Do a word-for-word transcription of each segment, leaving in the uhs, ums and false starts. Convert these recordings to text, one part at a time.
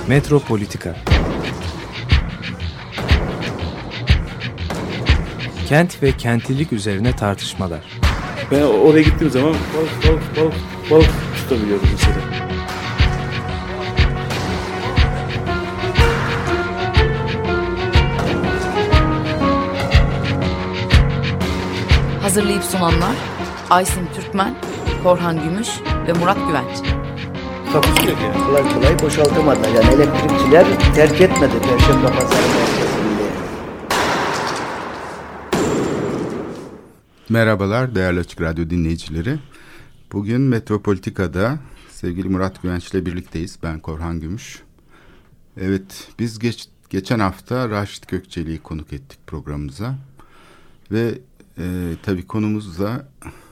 Metropolitika. Kent ve kentlilik üzerine tartışmalar. Ben oraya gittiğim zaman balık balık balık balık tutabiliyordum mesela. Hazırlayıp sunanlar Aysin Türkmen, Korhan Gümüş ve Murat Güvenç. Takusuyor yani. Kolay kolay boşaltamadı. Yani elektrikçiler terk etmedi Perşembe Pazarı merkezinde. Merhabalar değerli Açık Radyo dinleyicileri. Bugün Metropolitika'da sevgili Murat Güvenç ile birlikteyiz. Ben Korhan Gümüş. Evet, biz geç, geçen hafta Raşit Gökçeli'yi konuk ettik programımıza. Ve e, tabii konumuzda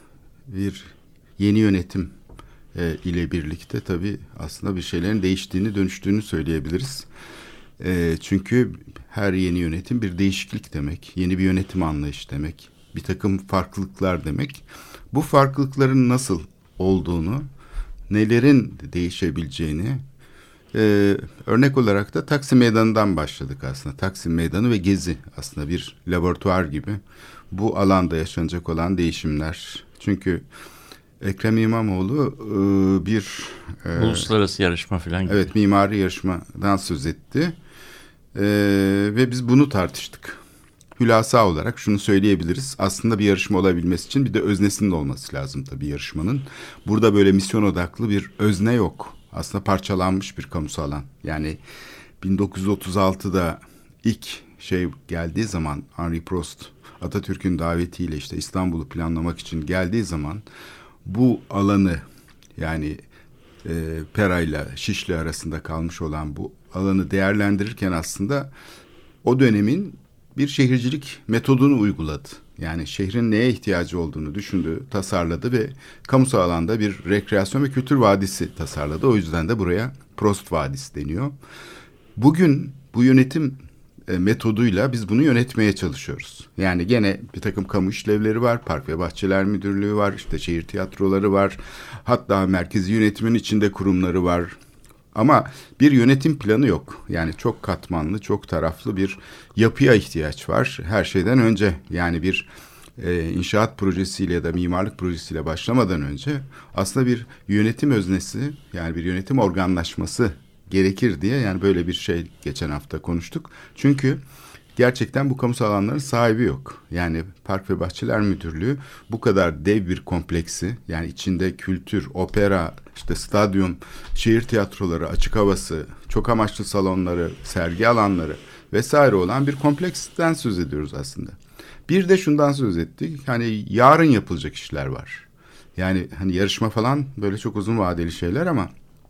bir yeni yönetim e, ile birlikte tabii aslında bir şeylerin değiştiğini, dönüştüğünü söyleyebiliriz. E, çünkü her yeni yönetim bir değişiklik demek, yeni bir yönetim anlayışı demek, bir takım farklılıklar demek. Bu farklılıkların nasıl olduğunu, nelerin değişebileceğini, e, örnek olarak da Taksim Meydanı'ndan başladık aslında. Taksim Meydanı ve Gezi aslında bir laboratuvar gibi. Bu alanda yaşanacak olan değişimler. Çünkü Ekrem İmamoğlu e, bir... E, uluslararası yarışma falan gibi. Evet, mimari yarışmadan söz etti. E, ve biz bunu tartıştık. Hülasa olarak şunu söyleyebiliriz. Aslında bir yarışma olabilmesi için bir de öznesinin de olması lazım tabii yarışmanın. Burada böyle misyon odaklı bir özne yok. Aslında parçalanmış bir kamusal alan. Yani bin dokuz yüz otuz altıda ilk şey geldiği zaman Henri Prost Atatürk'ün davetiyle işte İstanbul'u planlamak için geldiği zaman bu alanı yani e, Pera ile Şişli arasında kalmış olan bu alanı değerlendirirken aslında o dönemin bir şehircilik metodunu uyguladı. Yani şehrin neye ihtiyacı olduğunu düşündü, tasarladı ve kamusal alanda bir rekreasyon ve kültür vadisi tasarladı. O yüzden de buraya Prost Vadisi deniyor. Bugün bu yönetim e, metoduyla biz bunu yönetmeye çalışıyoruz. Yani gene bir takım kamu işlevleri var, Park ve Bahçeler Müdürlüğü var, işte şehir tiyatroları var, hatta merkezi yönetimin içinde kurumları var. Ama bir yönetim planı yok. Yani çok katmanlı, çok taraflı bir yapıya ihtiyaç var. Her şeyden önce yani bir e, inşaat projesiyle ya da mimarlık projesiyle başlamadan önce aslında bir yönetim öznesi yani bir yönetim organlaşması gerekir diye yani böyle bir şey geçen hafta konuştuk. Çünkü gerçekten bu kamusal alanların sahibi yok. Yani Park ve Bahçeler Müdürlüğü bu kadar dev bir kompleksi yani içinde kültür, opera, işte stadyum, şehir tiyatroları, açık havası, çok amaçlı salonları, sergi alanları vesaire olan bir kompleksten söz ediyoruz aslında. Bir de şundan söz ettik. Hani yarın yapılacak işler var. Yani hani yarışma falan böyle çok uzun vadeli şeyler ama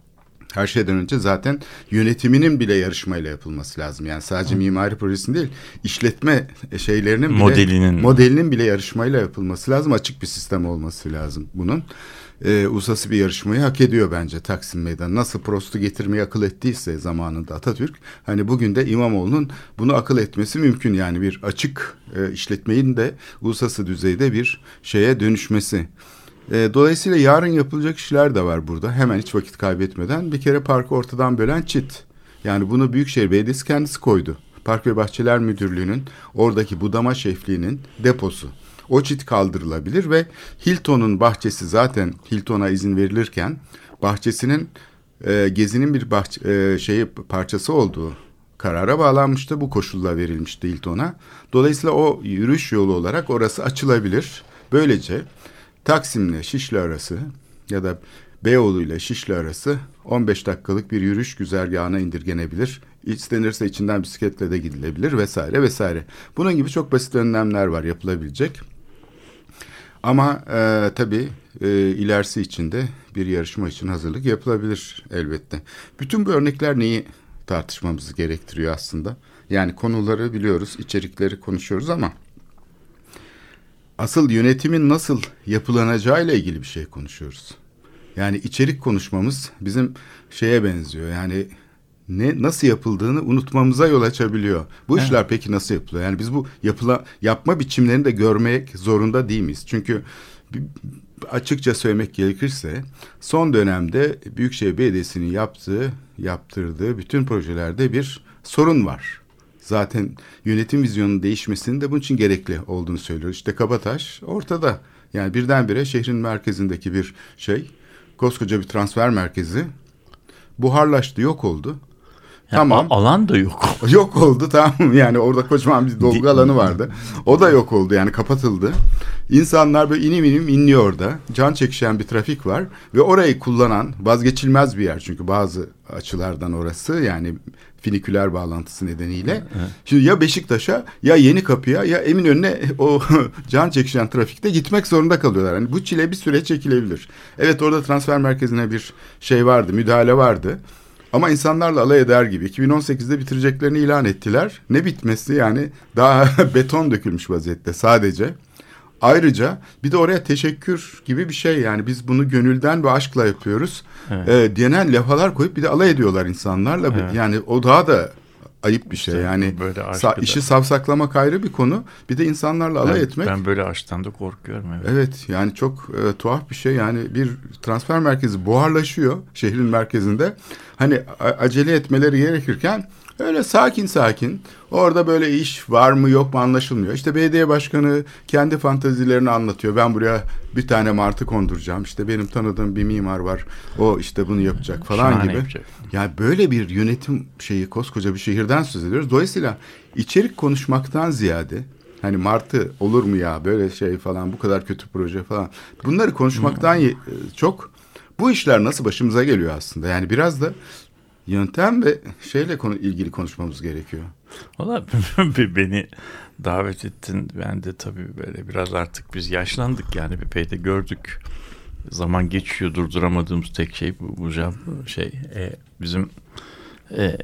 her şeyden önce zaten yönetiminin bile yarışmayla yapılması lazım. Yani sadece mimari projesinin değil, işletme şeylerinin bile, modelinin modelinin bile yarışmayla yapılması lazım. Açık bir sistem olması lazım bunun. Ee, uluslararası bir yarışmayı hak ediyor bence Taksim Meydanı. Nasıl Prost'u getirmeyi akıl ettiyse zamanında Atatürk, hani bugün de İmamoğlu'nun bunu akıl etmesi mümkün. Yani bir açık e, işletmeyin de uluslararası düzeyde bir şeye dönüşmesi. Dolayısıyla yarın yapılacak işler de var burada. Hemen hiç vakit kaybetmeden bir kere parkı ortadan bölen çit. Yani bunu Büyükşehir Belediyesi kendisi koydu. Park ve Bahçeler Müdürlüğü'nün oradaki budama şefliğinin deposu. O çit kaldırılabilir ve Hilton'un bahçesi zaten Hilton'a izin verilirken bahçesinin e, Gezi'nin bir bahçe, e, şeyi parçası olduğu karara bağlanmıştı. Bu koşulla verilmişti Hilton'a. Dolayısıyla o yürüyüş yolu olarak orası açılabilir. Böylece Taksim'le Şişli arası ya da Beyoğlu ile Şişli arası on beş dakikalık bir yürüyüş güzergahına indirgenebilir. İstenirse içinden bisikletle de gidilebilir vesaire vesaire. Bunun gibi çok basit önlemler var yapılabilecek. Ama e, tabii e, ilerisi için de bir yarışma için hazırlık yapılabilir elbette. Bütün bu örnekler neyi tartışmamızı gerektiriyor aslında? Yani konuları biliyoruz, içerikleri konuşuyoruz ama asıl yönetimin nasıl yapılanacağıyla ilgili bir şey konuşuyoruz. Yani içerik konuşmamız bizim şeye benziyor. Yani ne nasıl yapıldığını unutmamıza yol açabiliyor. Bu evet. işler peki nasıl yapılıyor? Yani biz bu yapıla, yapma biçimlerini de görmek zorunda değil miyiz? Çünkü açıkça söylemek gerekirse son dönemde Büyükşehir Belediyesi'nin yaptığı, yaptırdığı bütün projelerde bir sorun var. Zaten yönetim vizyonunun değişmesinin de bunun için gerekli olduğunu söylüyoruz. İşte Kabataş ortada. Yani birdenbire şehrin merkezindeki bir şey, koskoca bir transfer merkezi buharlaştı, yok oldu. Ya tamam. Alan da yok. Yok oldu, tamam. Yani orada kocaman bir dolgu alanı vardı. O da yok oldu, yani kapatıldı. İnsanlar böyle inim inim inliyor orada. Can çekişen bir trafik var. Ve orayı kullanan, vazgeçilmez bir yer çünkü bazı açılardan orası, yani finiküler bağlantısı nedeniyle. Evet. Şimdi ya Beşiktaş'a ya Yenikapı'ya ya Eminönü'ne o can çekişen trafikte gitmek zorunda kalıyorlar. Yani bu çile bir süre çekilebilir. Evet, orada transfer merkezine bir şey vardı, müdahale vardı. Ama insanlarla alay eder gibi iki bin on sekizde bitireceklerini ilan ettiler. Ne bitmesi, yani daha beton dökülmüş vaziyette sadece. Ayrıca bir de oraya teşekkür gibi bir şey, yani biz bunu gönülden ve aşkla yapıyoruz. Evet. E, denen levhalar koyup bir de alay ediyorlar insanlarla. Evet. Yani o daha da ayıp bir şey. Yani böyle sa- işi savsaklamak ayrı bir konu. Bir de insanlarla alay ben, etmek. Ben böyle aşktan da korkuyorum. Evet, evet yani çok e, tuhaf bir şey. Yani bir transfer merkezi buharlaşıyor şehrin merkezinde. Hani a- acele etmeleri gerekirken öyle sakin sakin orada böyle iş var mı yok mu anlaşılmıyor. İşte belediye başkanı kendi fantazilerini anlatıyor. Ben buraya bir tane martı konduracağım. İşte benim tanıdığım bir mimar var. O işte bunu yapacak falan Şahane gibi. Yapacak. Yani böyle bir yönetim şeyi, koskoca bir şehirden söz ediyoruz. Dolayısıyla içerik konuşmaktan ziyade hani martı olur mu ya böyle şey falan, bu kadar kötü proje falan. Bunları konuşmaktan hmm. çok bu işler nasıl başımıza geliyor aslında. Yani biraz da yöntem ve şeyle konu ilgili konuşmamız gerekiyor. Valla beni davet ettin. Ben de tabii böyle biraz artık biz yaşlandık, yani epey de gördük. Zaman geçiyor, durduramadığımız tek şey bu, bu şey e, bizim e,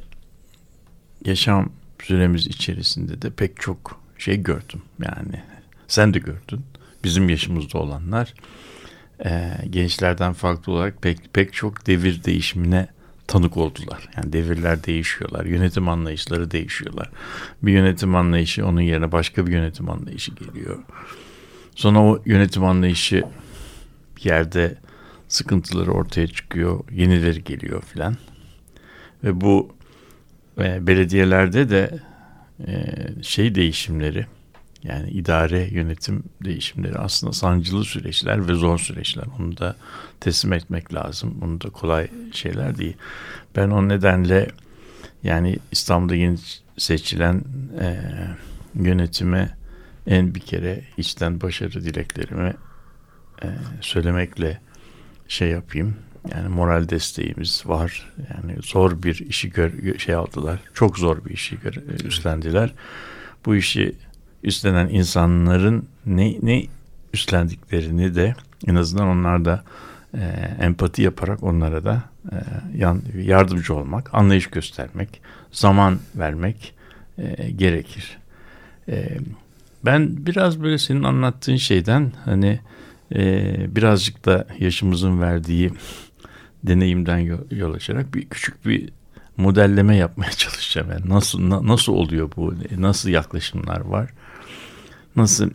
yaşam süremiz içerisinde de pek çok şey gördüm. Yani sen de gördün. Bizim yaşımızda olanlar e, gençlerden farklı olarak pek pek çok devir değişimine tanık oldular. Yani devirler değişiyorlar. Yönetim anlayışları değişiyorlar. Bir yönetim anlayışı, onun yerine başka bir yönetim anlayışı geliyor. Sonra o yönetim anlayışı yerde sıkıntıları ortaya çıkıyor. Yenileri geliyor filan. Ve bu e, belediyelerde de e, şey değişimleri, yani idare yönetim değişimleri aslında sancılı süreçler ve zor süreçler. Onu da teslim etmek lazım. Bunu da kolay şeyler değil. Ben o nedenle yani İstanbul'da yeni seçilen e, yönetime en bir kere içten başarı dileklerimi e, söylemekle şey yapayım. Yani moral desteğimiz var. Yani zor bir işi gör, şey aldılar. Çok zor bir işi gör, üstlendiler. Bu işi üstlenen insanların ne ne üstlendiklerini de en azından onlar da e, empati yaparak onlara da e, yan, yardımcı olmak, anlayış göstermek, zaman vermek e, gerekir. E, ben biraz böyle senin anlattığın şeyden hani e, birazcık da yaşımızın verdiği deneyimden yol, yol açarak bir küçük bir modelleme yapmaya çalışacağım. Yani nasıl na, nasıl oluyor bu? Nasıl yaklaşımlar var? Nasıl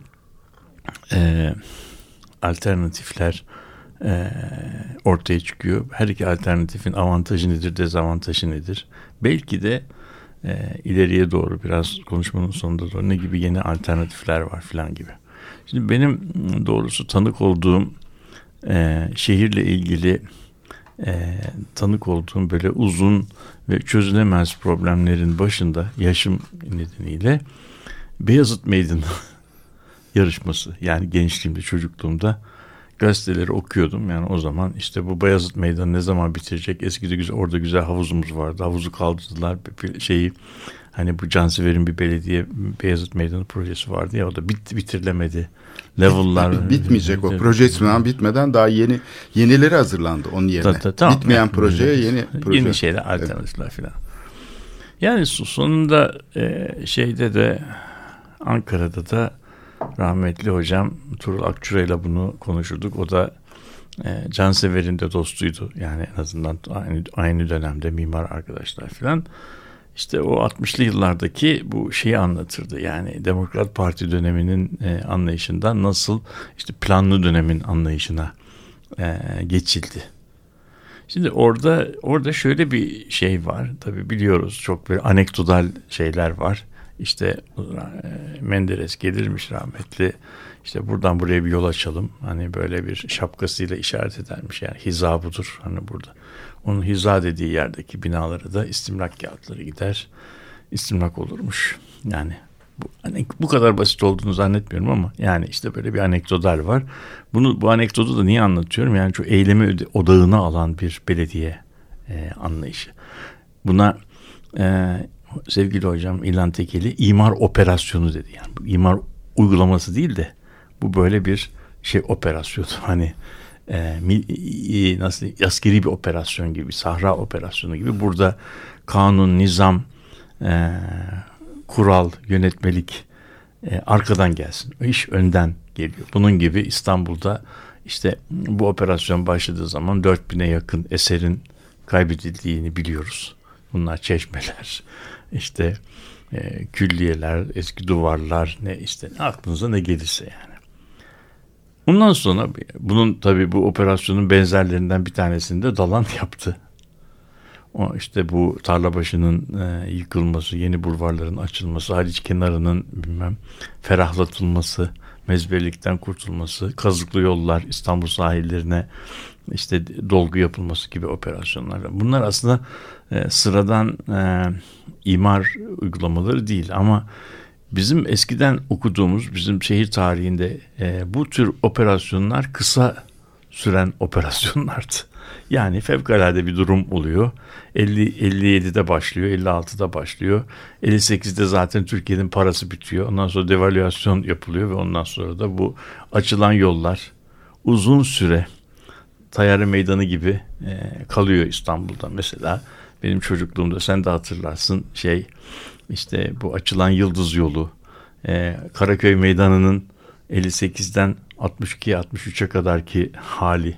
e, alternatifler e, ortaya çıkıyor? Her iki alternatifin avantajı nedir, dezavantajı nedir? Belki de e, ileriye doğru biraz konuşmanın sonunda doğru ne gibi yeni alternatifler var filan gibi. Şimdi benim doğrusu tanık olduğum e, şehirle ilgili e, tanık olduğum böyle uzun ve çözülemez problemlerin başında yaşım nedeniyle Beyazıt Meydanı yarışması. Yani gençliğimde, çocukluğumda gazeteleri okuyordum. Yani o zaman işte bu Beyazıt Meydanı ne zaman bitirecek? Eskide güzel, orada güzel havuzumuz vardı. Havuzu kaldırdılar. Şeyi hani bu Cansever'in bir belediye Beyazıt Meydanı projesi vardı ya, o da bit, bitirilemedi. Level'lar bitmeyecek o. Projesi bitmeden daha yeni yenileri hazırlandı onun yerine. Ta, ta, tamam. Bitmeyen projeye yeni proje. Yeni şeyler, alternatifler evet. Filan. Yani sonunda e, şeyde de Ankara'da da rahmetli hocam Tuğrul Akçura'yla bunu konuşurduk. O da e, Cansever'in de dostuydu. Yani en azından aynı, aynı dönemde mimar arkadaşlar filan. işte o altmışlı yıllardaki bu şeyi anlatırdı. Yani Demokrat Parti döneminin e, anlayışından nasıl işte planlı dönemin anlayışına e, geçildi. Şimdi orada orada şöyle bir şey var. Tabii biliyoruz, çok böyle anekdotal şeyler var. İşte e, Menderes gelirmiş rahmetli. İşte buradan buraya bir yol açalım. Hani böyle bir şapkasıyla işaret edermiş. Yani hiza budur. Hani burada. Onun hiza dediği yerdeki binalara da istimlak kağıtları gider. İstimlak olurmuş. Yani bu, hani bu kadar basit olduğunu zannetmiyorum ama yani işte böyle bir anekdotal var. Bunu bu anekdotu da niye anlatıyorum? Yani şu eylemi odağına alan bir belediye e, anlayışı. Buna e, sevgili hocam İlhan Tekeli imar operasyonu dedi. Yani bu imar uygulaması değil de bu böyle bir şey operasyonu. Hani e, nasıl askeri bir operasyon gibi, sahra operasyonu gibi. Burada kanun, nizam, e, kural, yönetmelik e, arkadan gelsin. O iş önden geliyor. Bunun gibi İstanbul'da işte bu operasyon başladığı zaman dört bine yakın eserin kaybedildiğini biliyoruz. Bunlar çeşmeler, işte e, külliyeler, eski duvarlar, ne işte aklınıza ne gelirse yani. Ondan sonra bunun tabii bu operasyonun benzerlerinden bir tanesini de Dalan yaptı. O işte bu Tarlabaşı'nın e, yıkılması, yeni bulvarların açılması, Haliç kenarının bilmem ferahlatılması, mezbelilikten kurtulması, kazıklı yollar, İstanbul sahillerine işte dolgu yapılması gibi operasyonlar. Bunlar aslında e, sıradan e, imar uygulamaları değil ama bizim eskiden okuduğumuz, bizim şehir tarihinde e, bu tür operasyonlar kısa süren operasyonlardı. Yani fevkalade bir durum oluyor. elli elli yedide başlıyor, elli altıda başlıyor. elli sekizde zaten Türkiye'nin parası bitiyor. Ondan sonra devalüasyon yapılıyor ve ondan sonra da bu açılan yollar uzun süre Tayyare Meydanı gibi e, kalıyor İstanbul'da. Mesela benim çocukluğumda sen de hatırlarsın şey işte bu açılan Yıldız Yolu, e, Karaköy Meydanı'nın elli sekizden altmış ikiye altmış üçe kadarki hali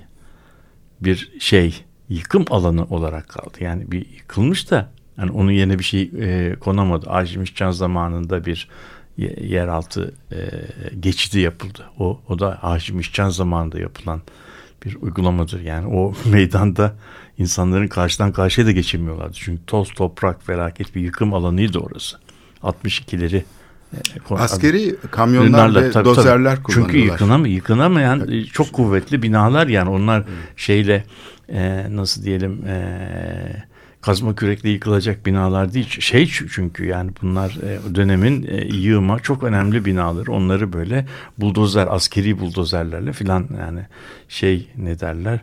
bir şey yıkım alanı olarak kaldı. Yani bir yıkılmış da yani onun yerine bir şey e, konamadı. Haşim İşcan zamanında bir yeraltı e, geçidi yapıldı. O o da Haşim İşcan zamanında yapılan bir uygulamadır. Yani o meydanda insanların karşıdan karşıya da geçemiyorlardı. Çünkü toz, toprak, felaket bir yıkım alanıydı orası. altmış ikileri e, askeri kamyonlar Ünlerle, ve tabii, dozerler tabii. Kullanıyorlar. Çünkü yıkınam, yıkınamayan yani, çok kuvvetli binalar yani onlar evet. şeyle e, nasıl diyelim e, kazma kürekle yıkılacak binalar değil. Şey çünkü yani bunlar e, dönemin e, yığma çok önemli binalar. Onları böyle buldozer, askeri buldozerlerle filan yani şey ne derler?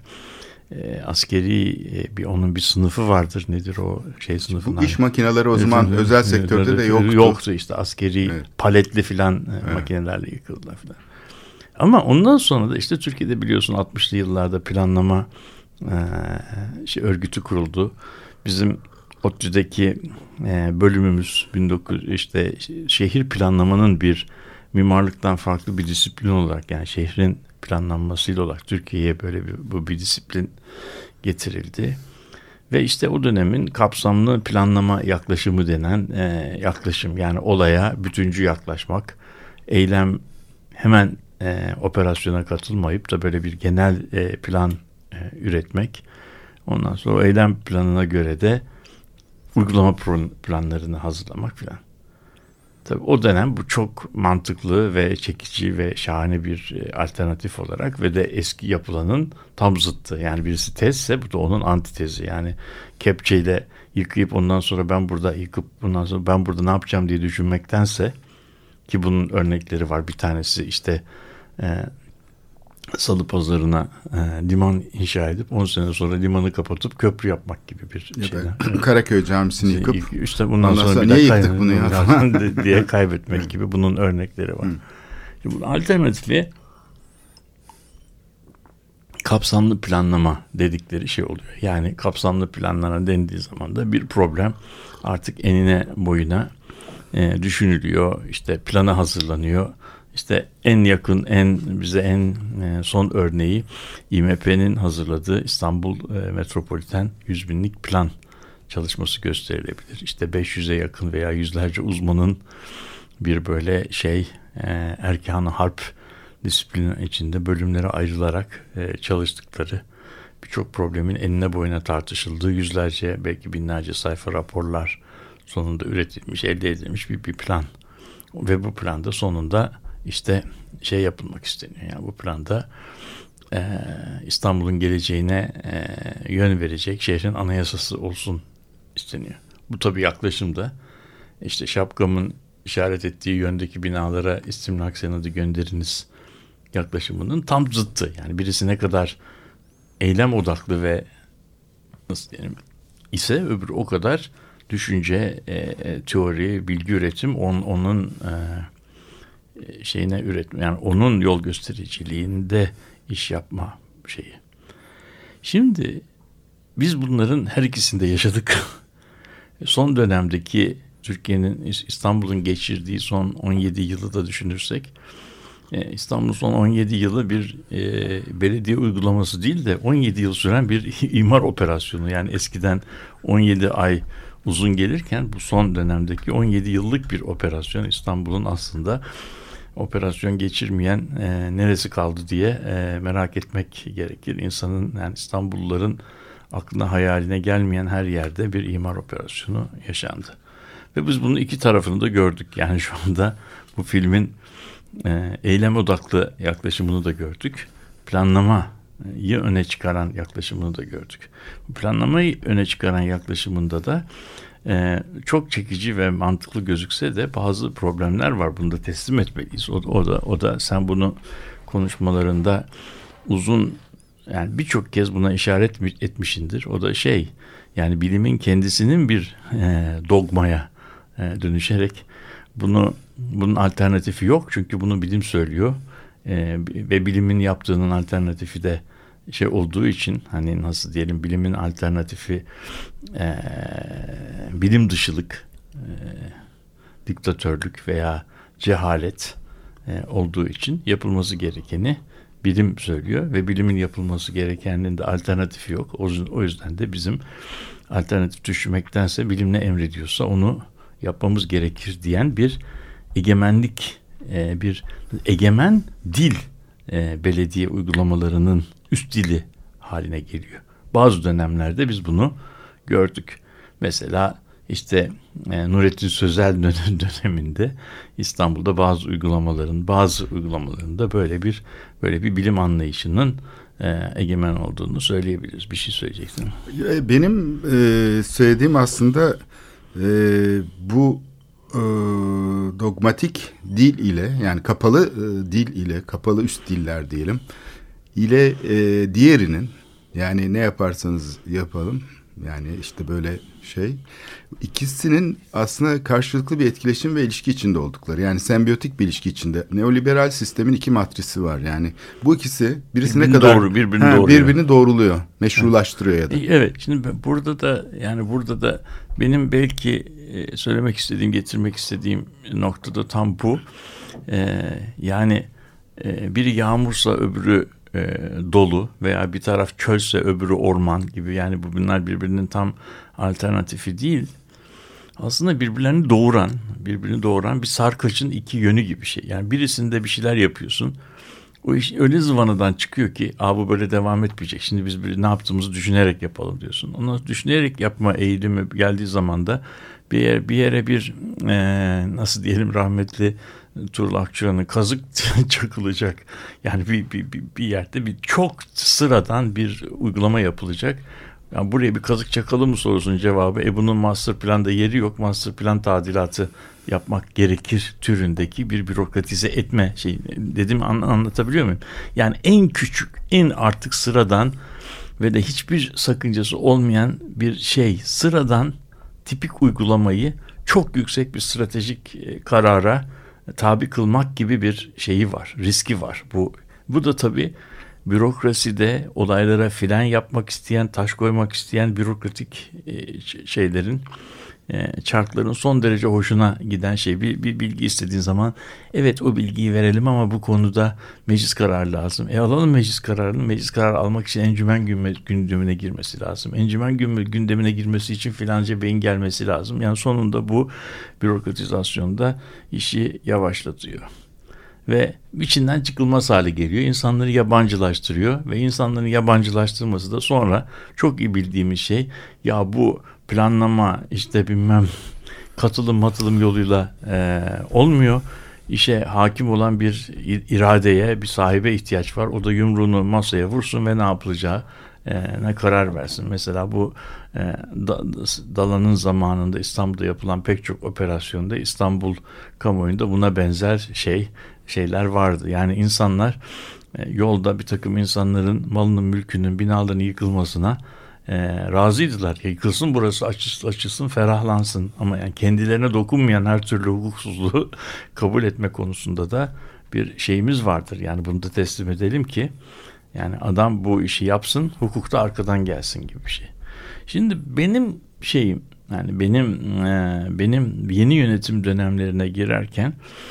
E, askeri e, bir onun bir sınıfı vardır. Nedir o şey sınıfı? Bu iş makineleri o zaman evet, özel sektörde evet, de yoktu. Yoktu işte askeri evet. paletli filan e, evet. makinelerle yıkıldılar filan. Ama ondan sonra da işte Türkiye'de biliyorsun altmışlı yıllarda planlama e, şey örgütü kuruldu. Bizim ODTÜ'deki e, bölümümüz bin dokuz yüz işte şehir planlamanın bir mimarlıktan farklı bir disiplin olarak yani şehrin planlanmasıyla olarak Türkiye'ye böyle bir, bu bir disiplin getirildi. Ve işte o dönemin kapsamlı planlama yaklaşımı denen e, yaklaşım yani olaya bütüncü yaklaşmak, eylem hemen e, operasyona katılmayıp da böyle bir genel e, plan e, üretmek. Ondan sonra o eylem planına göre de uygulama planlarını hazırlamak falan. Tabii o dönem bu çok mantıklı ve çekici ve şahane bir alternatif olarak ve de eski yapılanın tam zıttı. Yani birisi tezse bu da onun antitezi. Yani kepçeyle yıkayıp ondan sonra ben burada yıkıp bundan sonra ben burada ne yapacağım diye düşünmektense ki bunun örnekleri var. Bir tanesi işte e, Salıpazarı'na e, liman inşa edip on sene sonra limanı kapatıp köprü yapmak gibi bir şey. Karaköy Camisi'ni yıkıp işte bundan sonra, sonra bir niye yıktık bunu ya diye kaybetmek gibi bunun örnekleri var. Şimdi bunun alternatifi kapsamlı planlama dedikleri şey oluyor. Yani kapsamlı planlama dendiği zaman da bir problem artık enine boyuna e, düşünülüyor. İşte plana hazırlanıyor. İşte en yakın, en bize en e, son örneği İ M P'nin hazırladığı İstanbul e, Metropoliten yüz binlik plan çalışması gösterilebilir. İşte beş yüze yakın veya yüzlerce uzmanın bir böyle şey e, erkan-ı harp disiplini içinde bölümlere ayrılarak e, çalıştıkları, birçok problemin enine boyuna tartışıldığı, yüzlerce belki binlerce sayfa raporlar sonunda üretilmiş, elde edilmiş bir, bir plan. Ve bu planda sonunda işte şey yapılmak isteniyor. Yani bu planda e, İstanbul'un geleceğine e, yön verecek şehrin anayasası olsun isteniyor. Bu tabii yaklaşımda işte Şapkam'ın işaret ettiği yöndeki binalara istimlak senadı gönderiniz yaklaşımının tam zıttı. Yani birisi ne kadar eylem odaklı ve nasıl diyelim ise öbürü o kadar düşünce, e, teori, bilgi üretim on, onun e, şeyine üretme, yani onun yol göstericiliğinde iş yapma şeyi. Şimdi biz bunların her ikisinde yaşadık. Son dönemdeki Türkiye'nin, İstanbul'un geçirdiği son on yedi yılı da düşünürsek, İstanbul'un son on yedi yılı bir e, belediye uygulaması değil de on yedi yıl süren bir imar operasyonu. Yani eskiden on yedi ay uzun gelirken bu son dönemdeki on yedi yıllık bir operasyon. İstanbul'un aslında operasyon geçirmeyen e, neresi kaldı diye e, merak etmek gerekir. İnsanın, yani İstanbulluların aklına hayaline gelmeyen her yerde bir imar operasyonu yaşandı. Ve biz bunun iki tarafını da gördük. Yani şu anda bu filmin e, eylem odaklı yaklaşımını da gördük. Planlamayı öne çıkaran yaklaşımını da gördük. Bu planlamayı öne çıkaran yaklaşımında da e, çok çekici ve mantıklı gözükse de bazı problemler var. Bunu da teslim etmeliyiz. O, o da o da sen bunu konuşmalarında uzun, yani birçok kez buna işaret etmişindir. O da şey, yani bilimin kendisinin bir e, dogmaya e, dönüşerek bunu bunun alternatifi yok, çünkü bunu bilim söylüyor e, ve bilimin yaptığının alternatifi de şey olduğu için, hani nasıl diyelim, bilimin alternatifi e, bilim dışılık, e, diktatörlük veya cehalet e, olduğu için yapılması gerekeni bilim söylüyor ve bilimin yapılması gerekeninin de alternatifi yok. O yüzden de bizim alternatif düşünmektense bilim ne emrediyorsa onu yapmamız gerekir diyen bir egemenlik, bir egemen dil belediye uygulamalarının üst dili haline geliyor. Bazı dönemlerde biz bunu gördük. Mesela işte Nurettin Sözel döneminde İstanbul'da bazı uygulamaların bazı uygulamalarında böyle bir böyle bir bilim anlayışının egemen olduğunu söyleyebiliriz. Bir şey söyleyeceksin. Benim e, söylediğim aslında e, bu e, dogmatik dil ile, yani kapalı e, dil ile, kapalı üst diller diyelim ile e, diğerinin, yani ne yaparsanız yapalım, yani işte böyle şey, ikisinin aslında karşılıklı bir etkileşim ve ilişki içinde oldukları, yani sembiyotik bir ilişki içinde. Neoliberal sistemin iki matrisi var. Yani bu ikisi birisine birbirini kadar doğru, birbirini, he, doğruyor. birbirini doğruluyor, meşrulaştırıyor ya da. Evet, şimdi burada da yani burada da benim belki söylemek istediğim, getirmek istediğim noktada tam bu. Ee, yani e, biri yağmursa öbürü e, dolu veya bir taraf çölse öbürü orman gibi, yani bu bunlar birbirinin tam alternatifi değil. Aslında birbirlerini doğuran, birbirini doğuran bir sarkaçın iki yönü gibi şey. Yani birisinde bir şeyler yapıyorsun. O iş öyle zıvanadan çıkıyor ki, "Aa, bu böyle devam etmeyecek. Şimdi biz bir, ne yaptığımızı düşünerek yapalım" diyorsun. Onu düşünerek yapma eğilimi geldiği zaman da bir yere bir, yere bir e, nasıl diyelim, rahmetli Tuğrul Akçıran'ın kazık çakılacak. Yani bir, bir, bir, bir yerde bir çok sıradan bir uygulama yapılacak. Yani buraya bir kazık çakalım mı sorusunun cevabı, e bunun master planda yeri yok, master plan tadilatı yapmak gerekir türündeki bir bürokratize etme şey dedim, an, anlatabiliyor muyum? Yani en küçük, en artık sıradan ve de hiçbir sakıncası olmayan bir şey, sıradan tipik uygulamayı çok yüksek bir stratejik karara tabi kılmak gibi bir şeyi var, riski var. Bu bu da tabii bürokraside olaylara fren yapmak isteyen, taş koymak isteyen bürokratik şeylerin e, çarkların son derece hoşuna giden şey. Bir, bir bilgi istediğin zaman evet o bilgiyi verelim ama bu konuda meclis kararı lazım. E alalım meclis kararını. Meclis kararı almak için encümen gündemine girmesi lazım. Encümen gündemine girmesi için filanca beyin gelmesi lazım. Yani sonunda bu bürokratizasyonda işi yavaşlatıyor. Ve içinden çıkılmaz hale geliyor. İnsanları yabancılaştırıyor ve insanların yabancılaştırması da sonra çok iyi bildiğimiz şey, ya bu planlama işte bilmem katılım matılım yoluyla e, olmuyor. İşe hakim olan bir iradeye, bir sahibe ihtiyaç var. O da yumruğunu masaya vursun ve ne yapılacağı e, ne karar versin. Mesela bu e, da, Dalan'ın zamanında İstanbul'da yapılan pek çok operasyonda, İstanbul kamuoyunda buna benzer şey şeyler vardı. Yani insanlar e, yolda bir takım insanların malının, mülkünün, binaların yıkılmasına e, razıydılar. Yıkılsın burası, açılsın, açılsın, ferahlansın. Ama yani kendilerine dokunmayan her türlü hukuksuzluğu kabul etme konusunda da bir şeyimiz vardır. Yani bunu da teslim edelim ki yani adam bu işi yapsın, hukukta arkadan gelsin gibi bir şey. Şimdi benim şeyim, yani benim e, benim yeni yönetim dönemlerine girerken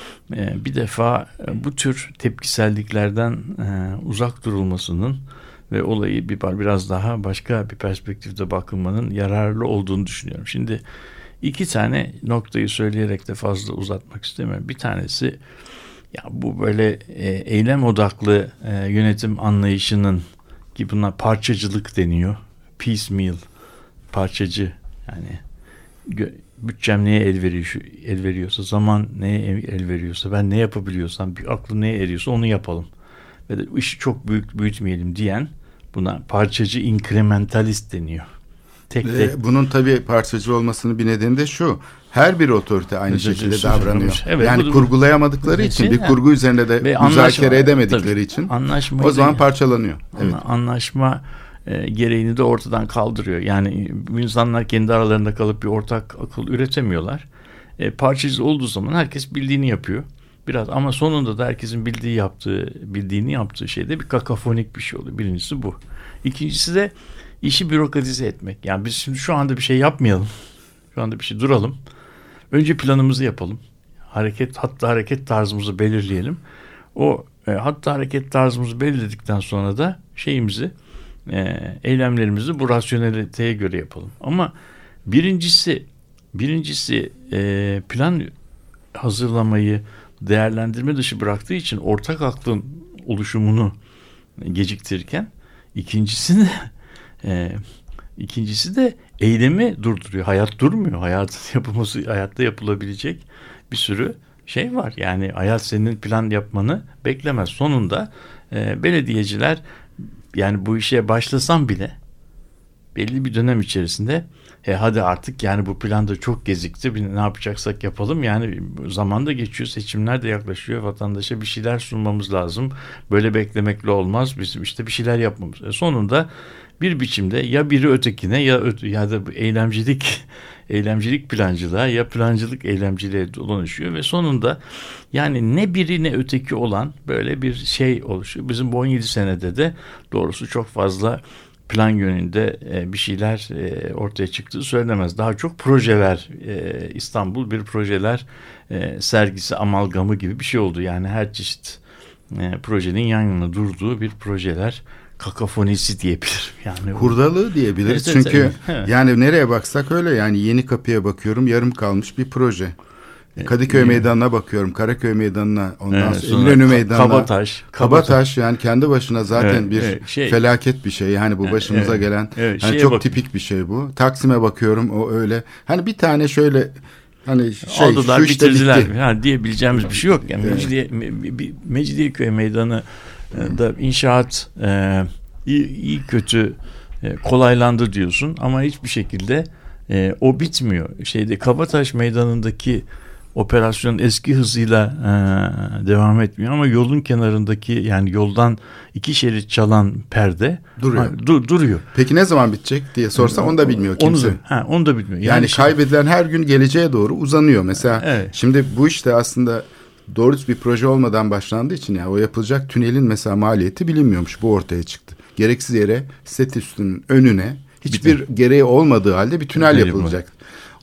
e, bir defa e, bu tür tepkiselliklerden e, uzak durulmasının ve olayı bir biraz daha başka bir perspektifte bakılmanın yararlı olduğunu düşünüyorum. Şimdi iki tane noktayı söyleyerek de fazla uzatmak istemiyorum. Bir tanesi, ya bu böyle e, eylem odaklı e, yönetim anlayışının, ki buna parçacılık deniyor. Piecemeal, parçacı, yani gö- bütçem neye el veriyor, el veriyorsa, zaman neye el veriyorsa, ben ne yapabiliyorsam, bir aklım neye eriyorsa onu yapalım. Ve de işi çok büyük büyütmeyelim diyen, buna parçacı inkrementalist deniyor. Tek tek. Ee, bunun tabii parçacı olmasının bir nedeni de şu. Her bir otorite aynı Özel şekilde şey davranıyor. Evet, yani bu, kurgulayamadıkları bu, için, şey, bir kurgu üzerinde de müzakere edemedikleri tabii, için o zaman parçalanıyor. Evet. Anlaşma e, gereğini de ortadan kaldırıyor. Yani bu insanlar kendi aralarında kalıp bir ortak akıl üretemiyorlar. E, parçacı olduğu zaman herkes bildiğini yapıyor. Biraz, ama sonunda da herkesin bildiği yaptığı, bildiğini yaptığı şeyde bir kakafonik bir şey oluyor. Birincisi bu. İkincisi de işi bürokratize etmek. Yani biz şimdi şu anda bir şey yapmayalım. Şu anda bir şey duralım. Önce planımızı yapalım. Hareket, hatta hareket tarzımızı belirleyelim. O e, hatta hareket tarzımızı belirledikten sonra da şeyimizi, e, eylemlerimizi bu rasyoneliteye göre yapalım. Ama birincisi, birincisi e, plan hazırlamayı değerlendirme dışı bıraktığı için ortak aklın oluşumunu geciktirirken, ikincisi de e, ikincisi de eylemi durduruyor. Hayat durmuyor. Hayatın yapılması, hayatta yapılabilecek bir sürü şey var. Yani hayat senin plan yapmanı beklemez. Sonunda e, belediyeciler, yani bu işe başlasam bile belli bir dönem içerisinde e hadi artık, yani bu plan da çok gezikti, ne yapacaksak yapalım, yani zaman da geçiyor, seçimler de yaklaşıyor, vatandaşa bir şeyler sunmamız lazım, böyle beklemekle olmaz, bizim işte bir şeyler yapmamız. E sonunda bir biçimde ya biri ötekine ya öte, ya da eylemcilik eylemcilik plancılığa ya plancılık eylemciliğe dolaşıyor ve sonunda yani ne biri ne öteki olan böyle bir şey oluşuyor. Bizim bu on yedi senede de doğrusu çok fazla plan yönünde bir şeyler ortaya çıktığı söylenemez. Daha çok projeler, İstanbul bir projeler sergisi, amalgamı gibi bir şey oldu. Yani her çeşit projenin yan yana durduğu bir projeler kakafonisi diyebilirim. Yani hurdalığı diyebiliriz. Evet, çünkü evet, evet. Yani nereye baksak öyle, yani Yeni Kapı'ya bakıyorum, yarım kalmış bir proje. Kadıköy evet. Meydanı'na bakıyorum, Karaköy Meydanı'na, ondan evet, sonra İnönü Meydanı'na. Kabataş. Kabataş yani kendi başına zaten evet, bir evet, şey, felaket bir şey. Yani bu başımıza evet, gelen evet, yani çok bak- tipik bir şey bu. Taksim'e bakıyorum, o öyle. Hani bir tane şöyle hani şey, aldılar, şu işte bitirdiler. bitti. Yani diyebileceğimiz bir şey yok. Yani evet. Mecidiye, Mecidiyeköy Meydanı da inşaat e, iyi, iyi kötü e, kolaylandı diyorsun ama hiçbir şekilde e, o bitmiyor. Şeyde Kabataş Meydanı'ndaki operasyon eski hızıyla e, devam etmiyor ama yolun kenarındaki, yani yoldan iki şerit çalan perde duruyor. Ha, du, duruyor. Peki ne zaman bitecek diye sorsam onu da bilmiyor kimse. Onu da, ha, onu da bilmiyor. Yani, yani kaybedilen şimdi, her gün geleceğe doğru uzanıyor. Mesela evet. Şimdi bu işte aslında doğru bir proje olmadan başlandığı için yani o yapılacak tünelin mesela maliyeti bilinmiyormuş. Bu ortaya çıktı. Gereksiz yere set üstünün önüne hiçbir Bitti. gereği olmadığı halde bir tünel yapılacak.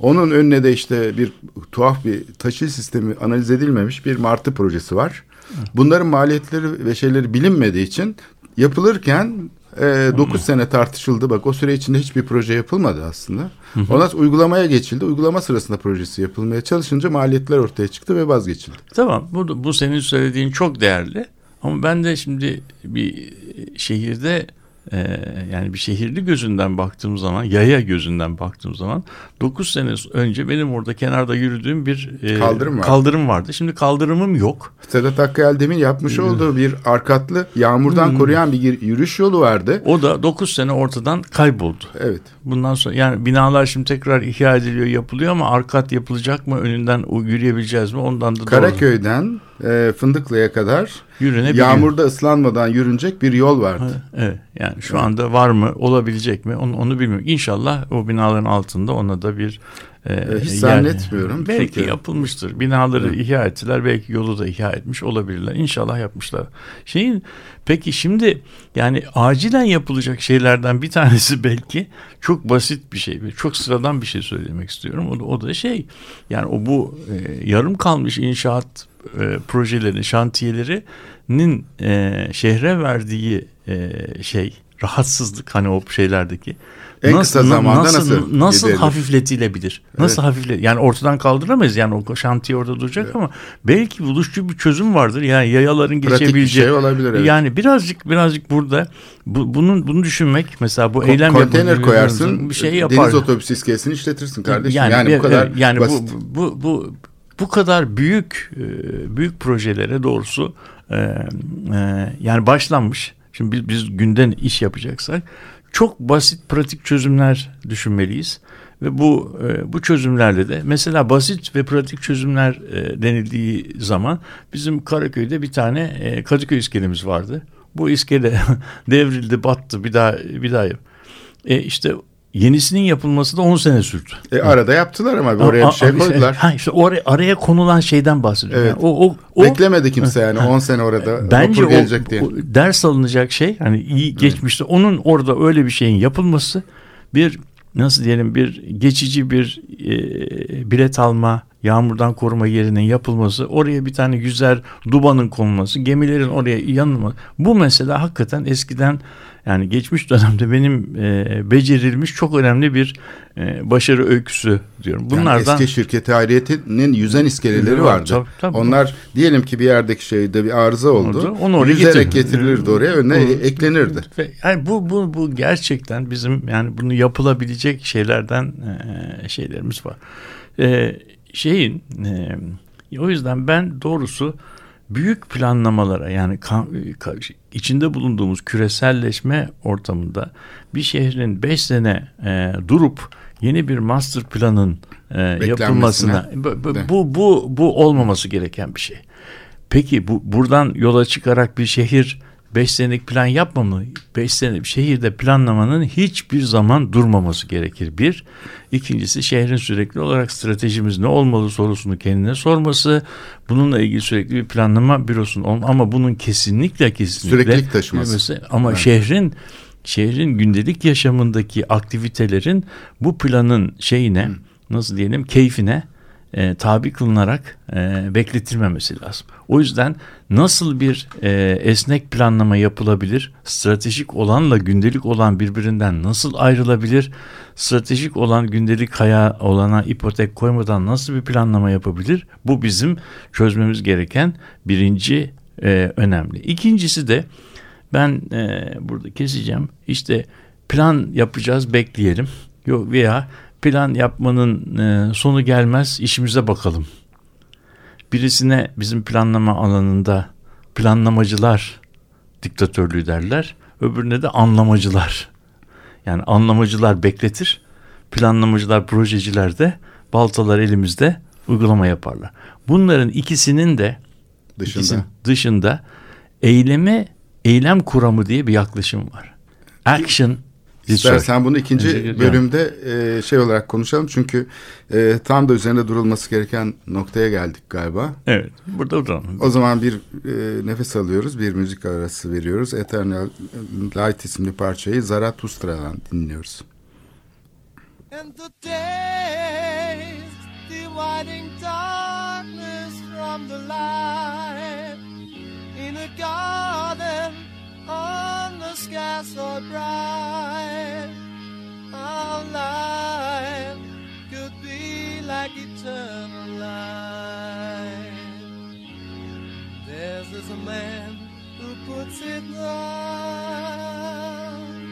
Onun önüne de işte bir tuhaf bir taşıyıcı sistemi analiz edilmemiş bir Martı projesi var. Bunların maliyetleri ve şeyleri bilinmediği için yapılırken dokuz hmm. sene tartışıldı. Bak o süre içinde hiçbir proje yapılmadı aslında. Hmm. Ondan sonra uygulamaya geçildi. Uygulama sırasında projesi yapılmaya çalışınca maliyetler ortaya çıktı ve vazgeçildi. Tamam, bu, bu senin söylediğin çok değerli. Ama ben de şimdi bir şehirde e, yani bir şehirli gözünden baktığım zaman, yaya gözünden baktığım zaman dokuz sene önce benim orada kenarda yürüdüğüm bir e, kaldırım, var. kaldırım vardı. Şimdi kaldırımım yok. Sedat Hakkı Eldem'in yapmış olduğu bir arkatlı yağmurdan hmm. koruyan bir yürüyüş yolu vardı. O da dokuz sene ortadan kayboldu. Evet. Bundan sonra yani binalar şimdi tekrar ihya ediliyor, yapılıyor ama arkat yapılacak mı? Önünden o yürüyebileceğiz mi? Ondan da Karaköy'den e, Fındıklı'ya kadar yürünebiliyor. Yağmurda ıslanmadan yürünecek bir yol vardı. Ha, evet. Yani şu evet. anda var mı? Olabilecek mi? Onu, onu bilmiyorum. İnşallah o binaların altında ona da bir e, hiç zannetmiyorum. Belki çünkü... yapılmıştır. Binaları evet. ihya ettiler. Belki yolu da ihya etmiş olabilirler. İnşallah yapmışlar. Şeyin peki şimdi yani acilen yapılacak şeylerden bir tanesi belki çok basit bir şey. Çok sıradan bir şey söylemek istiyorum. O da, o da şey yani o bu e, yarım kalmış inşaat e, projeleri, şantiyelerinin e, şehre verdiği e, şey rahatsızlık hani o şeylerdeki en nasıl, kısa zamanda nasıl nasıl, nasıl hafifletilebilir? Nasıl evet. hafiflet? Yani ortadan kaldıramayız. Yani o şantiye orada duracak evet. ama belki buluşçu bir çözüm vardır. Yani yayaların pratik geçebileceği. Şey olabilir. Evet. Yani birazcık birazcık burada bu, bunun bunu düşünmek mesela bu Ko- eylem konteyner koyarsın. Bir şey yapar. Deniz otobüsü iskelesini işletirsin kardeşim. Yani, yani, yani bu kadar yani basit. bu bu bu bu kadar büyük büyük projelere doğrusu e, e, yani başlanmış. Şimdi biz, biz günden iş yapacaksak çok basit pratik çözümler düşünmeliyiz ve bu e, bu çözümlerde de mesela basit ve pratik çözümler e, denildiği zaman bizim Karaköy'de bir tane e, Kadıköy iskelemiz vardı. Bu iskele devrildi, battı, bir daha bir daha yap. E, işte yenisinin yapılması da on sene sürdü. E, arada yaptılar ama oraya bir şey koydular. Ha, işte oraya, araya konulan şeyden bahsediyorum. Evet. Yani o, o, o, Beklemedi kimse yani on sene orada bence vapur gelecek o, diye. o ders alınacak şey hani iyi geçmişte evet. onun orada öyle bir şeyin yapılması bir nasıl diyelim bir geçici bir e, bilet alma, yağmurdan koruma yerinin yapılması, oraya bir tane güzel dubanın konulması, gemilerin oraya yanılması. Bu mesela hakikaten eskiden yani geçmiş dönemde benim e, becerilmiş çok önemli bir e, başarı öyküsü diyorum. Bunlardan yani eski şirket Hayriyetin'in yüzen iskeleleri vardı. Tabii, tabii. Onlar diyelim ki bir yerdeki şeyde bir arıza oldu. oldu. Onu oraya yüzerek getir. getirilirdi oraya, önüne o, eklenirdi. Ve yani bu bu bu gerçekten bizim yani bunu yapılabilecek şeylerden e, şeylerimiz var. E, şeyin e, o yüzden ben doğrusu büyük planlamalara yani kan, içinde bulunduğumuz küreselleşme ortamında bir şehrin beş sene e, durup yeni bir master planın e, yapılmasına bu, bu bu bu olmaması gereken bir şey. Peki bu buradan yola çıkarak bir şehir beş senelik plan yapmamalı. beş sene şehirde planlamanın hiçbir zaman durmaması gerekir. Bir. İkincisi şehrin sürekli olarak stratejimiz ne olmalı sorusunu kendine sorması. Bununla ilgili sürekli bir planlama bürosunun olmalı. Ama bunun kesinlikle kesinlikle süreklilik taşıması. Ama evet. şehrin şehrin gündelik yaşamındaki aktivitelerin bu planın şeyine hmm. nasıl diyelim keyfine E, tabi kılınarak e, bekletilmemesi lazım. O yüzden nasıl bir e, esnek planlama yapılabilir? Stratejik olanla gündelik olan birbirinden nasıl ayrılabilir? Stratejik olan gündelik haya olana ipotek koymadan nasıl bir planlama yapabilir? Bu bizim çözmemiz gereken birinci e, önemli. İkincisi de ben e, burada keseceğim. İşte plan yapacağız, bekleyelim. Yok veya plan yapmanın e, sonu gelmez, işimize bakalım. Birisine bizim planlama alanında planlamacılar diktatörlüğü derler. Öbürüne de anlamacılar. Yani anlamacılar bekletir. Planlamacılar, projeciler de baltalar elimizde uygulama yaparlar. Bunların ikisinin de dışında, ikisinin dışında eyleme, eylem kuramı diye bir yaklaşım var. Action İstersen bunu ikinci bölümde e, şey olarak konuşalım. Çünkü e, tam da üzerinde durulması gereken noktaya geldik galiba. Evet. Burada duralım. O zaman bir e, nefes alıyoruz. Bir müzik arası veriyoruz. Eternal Light isimli parçayı Zarathustra'dan dinliyoruz. And the day dividing darkness from the light. In a garden on the sky so bright, our life could be like eternal light. There's this a man who puts it right.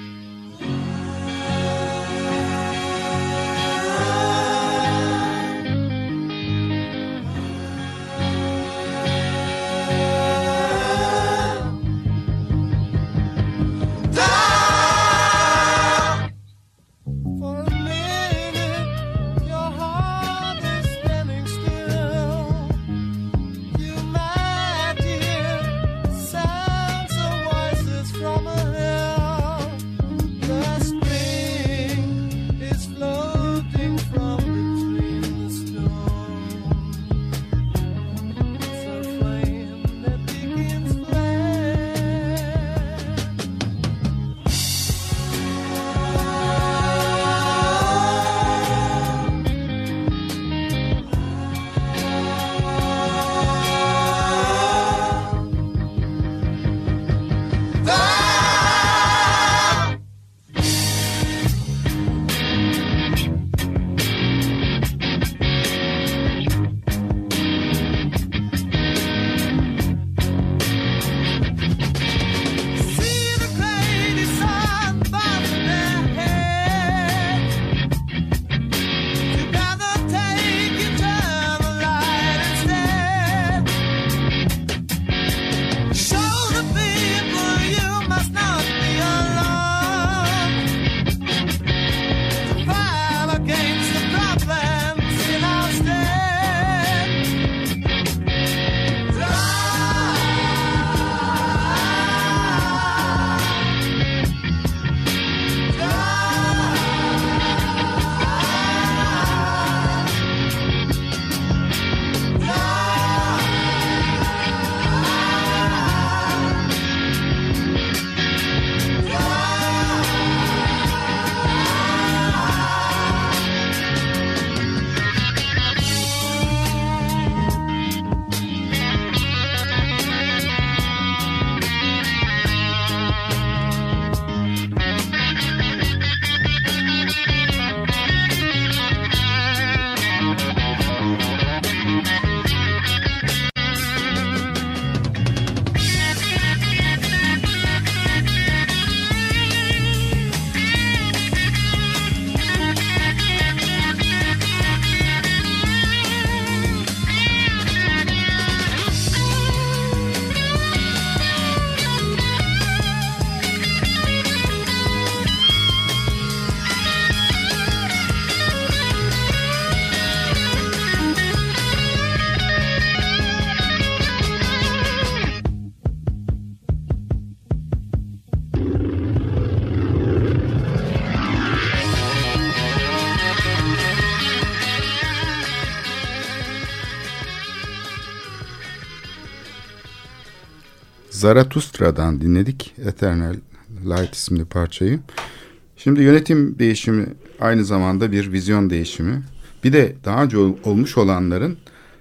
Zarathustra'dan dinledik Eternal Light isimli parçayı. Şimdi yönetim değişimi aynı zamanda bir vizyon değişimi. Bir de daha önce olmuş olanların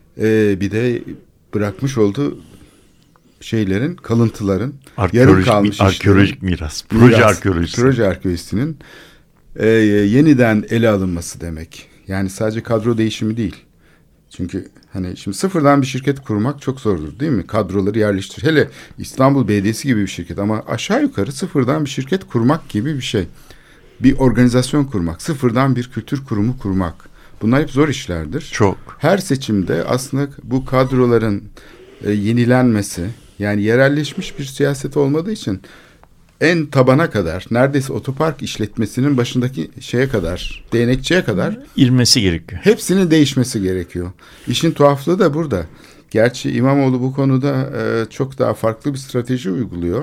e, bir de bırakmış olduğu şeylerin, kalıntıların, yarım kalmış arkeolojik işlerin, miras, proje miras, arkeolojisi. Proje arkeolojisinin e, yeniden ele alınması demek. Yani sadece kadro değişimi değil. Çünkü hani şimdi sıfırdan bir şirket kurmak çok zordur değil mi? Kadroları yerleştir. Hele İstanbul Belediyesi gibi bir şirket ama aşağı yukarı sıfırdan bir şirket kurmak gibi bir şey. Bir organizasyon kurmak, sıfırdan bir kültür kurumu kurmak. Bunlar hep zor işlerdir. Çok. Her seçimde aslında bu kadroların e, yenilenmesi, yani yerelleşmiş bir siyaset olmadığı için en tabana kadar, neredeyse otopark işletmesinin başındaki şeye kadar, değnekçiye kadar İrmesi gerekiyor. Hepsinin değişmesi gerekiyor. İşin tuhaflığı da burada. Gerçi İmamoğlu bu konuda e, çok daha farklı bir strateji uyguluyor.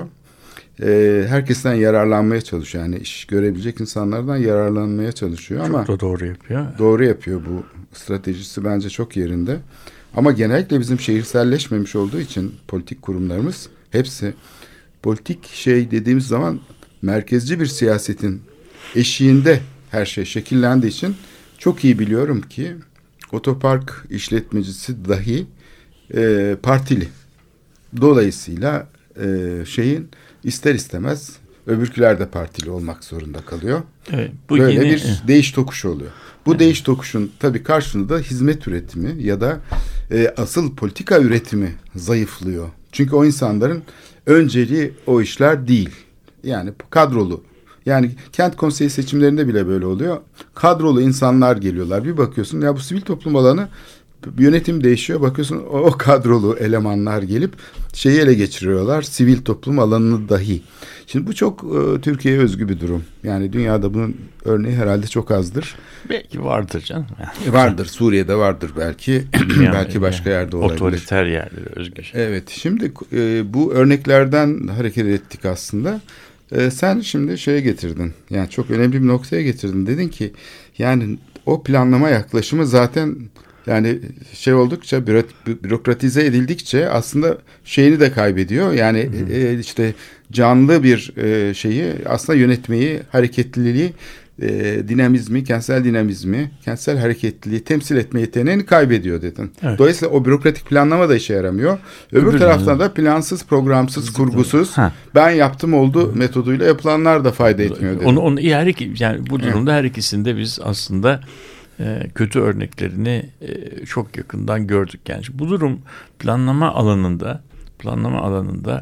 E, herkesten yararlanmaya çalışıyor. Yani iş görebilecek insanlardan yararlanmaya çalışıyor. Çok ama da doğru yapıyor. Doğru yapıyor bu stratejisi bence çok yerinde. Ama genellikle bizim şehirselleşmemiş olduğu için politik kurumlarımız hepsi politik şey dediğimiz zaman merkezci bir siyasetin eşiğinde her şey şekillendiği için çok iyi biliyorum ki otopark işletmecisi dahi e, partili. Dolayısıyla e, şeyin ister istemez öbürküler de partili olmak zorunda kalıyor. Evet, bu Böyle yeni, bir değiş tokuş oluyor. Bu evet. değiş tokuşun tabii karşılığında hizmet üretimi ya da e, asıl politika üretimi zayıflıyor. Çünkü o insanların önceliği o işler değil. Yani kadrolu. Yani kent konseyi seçimlerinde bile böyle oluyor. Kadrolu insanlar geliyorlar. Bir bakıyorsun ya bu sivil toplum alanı yönetim değişiyor. Bakıyorsun o, o kadrolu elemanlar gelip şeyi ele geçiriyorlar. Sivil toplum alanını dahi. Şimdi bu çok e, Türkiye'ye özgü bir durum. Yani dünyada bunun örneği herhalde çok azdır. Belki vardır canım. E, vardır. Suriye'de vardır belki. Yani, belki başka yerde olabilir. Otoriter yerlere özgü şey. Evet. Şimdi e, bu örneklerden hareket ettik aslında. E, sen şimdi şeye getirdin. Yani çok önemli bir noktaya getirdin. Dedin ki yani o planlama yaklaşımı zaten yani şey oldukça bürokratize edildikçe aslında şeyini de kaybediyor. Yani e, işte canlı bir e, şeyi aslında yönetmeyi, hareketliliği, e, dinamizmi, kentsel dinamizmi, kentsel hareketliliği temsil etme yeteneğini kaybediyor dedin. Evet. Dolayısıyla o bürokratik planlama da işe yaramıyor. Öbür, Öbür taraftan da plansız, programsız, kurgusuz, ha. ben yaptım oldu metoduyla yapılanlar da fayda etmiyor dedin. Onu, onu her iki, yani bu durumda evet. her ikisinde biz aslında kötü örneklerini çok yakından gördük. Yani bu durum planlama alanında planlama alanında